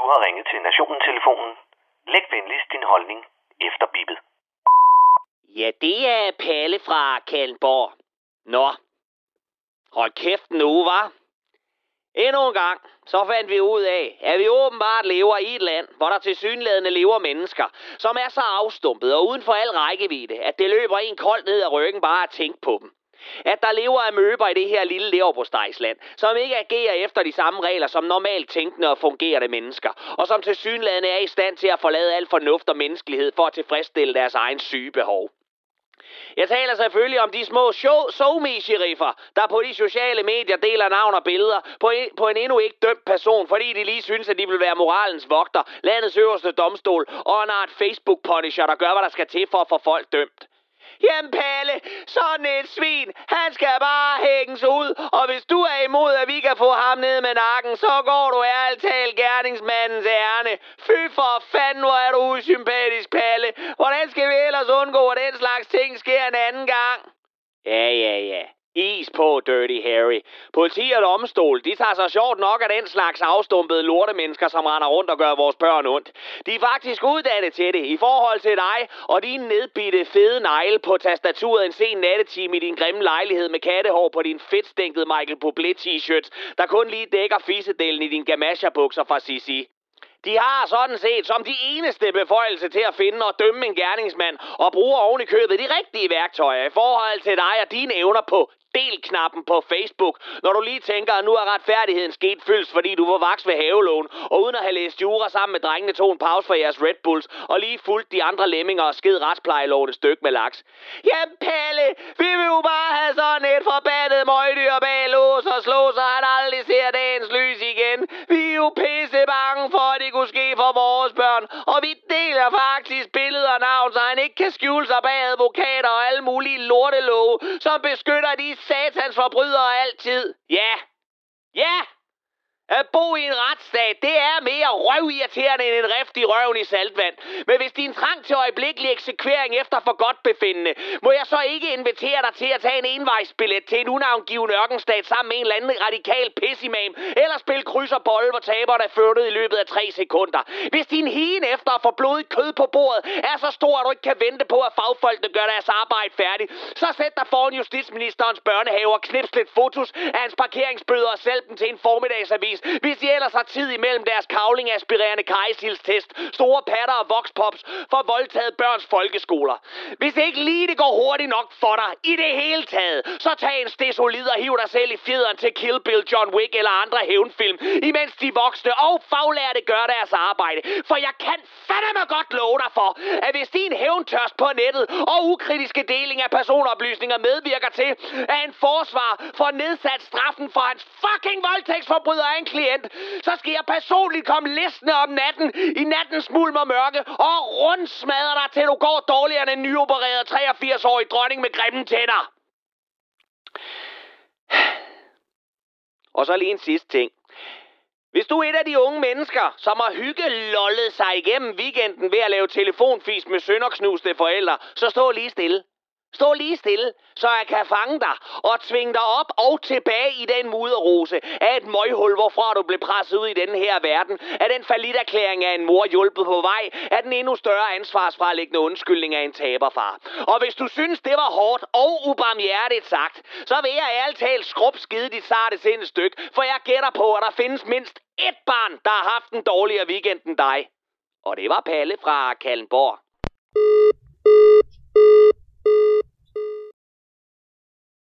har ringet til Nationen-telefonen. Læg venligst din holdning efter bippet. Ja, det er Palle fra Kalundborg. Nå, hold kæft nu, hva'? Endnu en gang, så fandt vi ud af, at vi åbenbart lever i et land, hvor der tilsyneladende lever mennesker, som er så afstumpet og uden for al rækkevidde, at det løber en koldt ned ad ryggen bare at tænke på dem. At der lever amøber i det her lille leverpostejsland, som ikke agerer efter de samme regler som normalt tænkende og fungerende mennesker, og som tilsyneladende er i stand til at forlade al fornuft og menneskelighed for at tilfredsstille deres egen syge behov. Jeg taler selvfølgelig om de små SoMe-sheriffer, der på de sociale medier deler navn og billeder på en endnu ikke dømt person, fordi de lige synes, at de vil være moralens vogter, landets øverste domstol og en art Facebook-punisher, der gør, hvad der skal til for at få folk dømt. Jamen Palle, sådan et svin, han skal bare hænges ud, og hvis du er imod, at vi kan få ham ned med nakken, så går du ærligt talt gerningsmandens ærne. Fy for fanden, hvor er du usympatisk, Palle. Hvordan skal vi ellers undgå, at den slags ting sker en anden gang? Ja. Is på, Dirty Harry. Politi og domstol, de tager sig sjovt nok af den slags afstumpede lortemennesker, som render rundt og gør vores børn ondt. De er faktisk uddannet til det, i forhold til dig og din nedbitte fede negle på tastaturet en sen nattetime i din grimme lejlighed med kattehår på din fedtstænkede Michael Bublé t-shirt, der kun lige dækker fissedelen i din gamasha-bukser fra Sissi. De har sådan set som de eneste beføjelse til at finde og dømme en gerningsmand og bruger oven i købet de rigtige værktøjer i forhold til dig og dine evner på del-knappen på Facebook, når du lige tænker, at nu er retfærdigheden sket fyldt, fordi du var vaks ved havelån, og uden at have læst jura sammen med drengene tog en pause for jeres Red Bulls, og lige fulgte de andre lemminger og sked retsplejeloven et stykke med laks. Jamen Palle, vi vil jo bare have sådan et forbandet møgdyr bag lås og slå, så han aldrig ser dagens lys igen. Vi er jo pisse bange for, at det kunne ske for vores børn, og vi deler faktisk billeder og navn, så han ikke kan skjule sig bag advokater og alle mulige lortelove, som beskytter de satans forbrydere altid. Ja! At bo i en retsstat, det er mere røvirriterende end en rift i røven i saltvand. Men hvis din trang til øjeblikkelig eksekvering efter for godt befindende, må jeg så ikke invitere dig til at tage en envejsbillet til en unavngiven ørkenstat sammen med en eller anden radikal pissimam, eller spille kryds og bold, hvor taberne er førtet i løbet af 3 sekunder. Hvis din hien efter at få blodigt kød på bordet er så stor, at du ikke kan vente på, at fagfolkene gør deres arbejde færdigt, så sæt dig foran justitsministerens børnehave og knips lidt fotos af hans parkeringsbøder og sælg dem til en formiddagsavis, hvis de ellers har tid imellem deres kavling-aspirerende kajsildstest, store patter og voxpops for voldtaget børns folkeskoler. Hvis ikke lige det går hurtigt nok for dig i det hele taget, så tag en stesolid og hiv dig selv i fjederen til Kill Bill, John Wick eller andre hævnfilm, imens de voksne og faglærte gør deres arbejde. For jeg kan fandme godt love dig for, at hvis din hævntørst på nettet og ukritiske deling af personoplysninger medvirker til, at en forsvar får nedsat straffen for hans fucking voldtægtsforbryder af en klient, så skal jeg personligt komme listende om natten i nattens mulm og mørke og rundsmadre dig, til du går dårligere end en nyopereret 83-årig dronning med grimme tænder. Og så lige en sidste ting. Hvis du er et af de unge mennesker, som har hyggelollet sig igennem weekenden ved at lave telefonfis med sønderknuste forældre, så stå lige stille. Stå lige stille, så jeg kan fange dig og tvinge dig op og tilbage i den mudderrose af et møghul, hvorfra du blev presset ud i denne her verden, af den falliterklæring af en mor hjulpet på vej, af den endnu større ansvarsfralæggende undskyldning af en taberfar. Og hvis du synes, det var hårdt og ubarmhjertigt sagt, så vil jeg ærligt talt skide dit sarte sind et stykke, for jeg gætter på, at der findes mindst ét barn, der har haft en dårligere weekend end dig. Og det var Palle fra Kalundborg.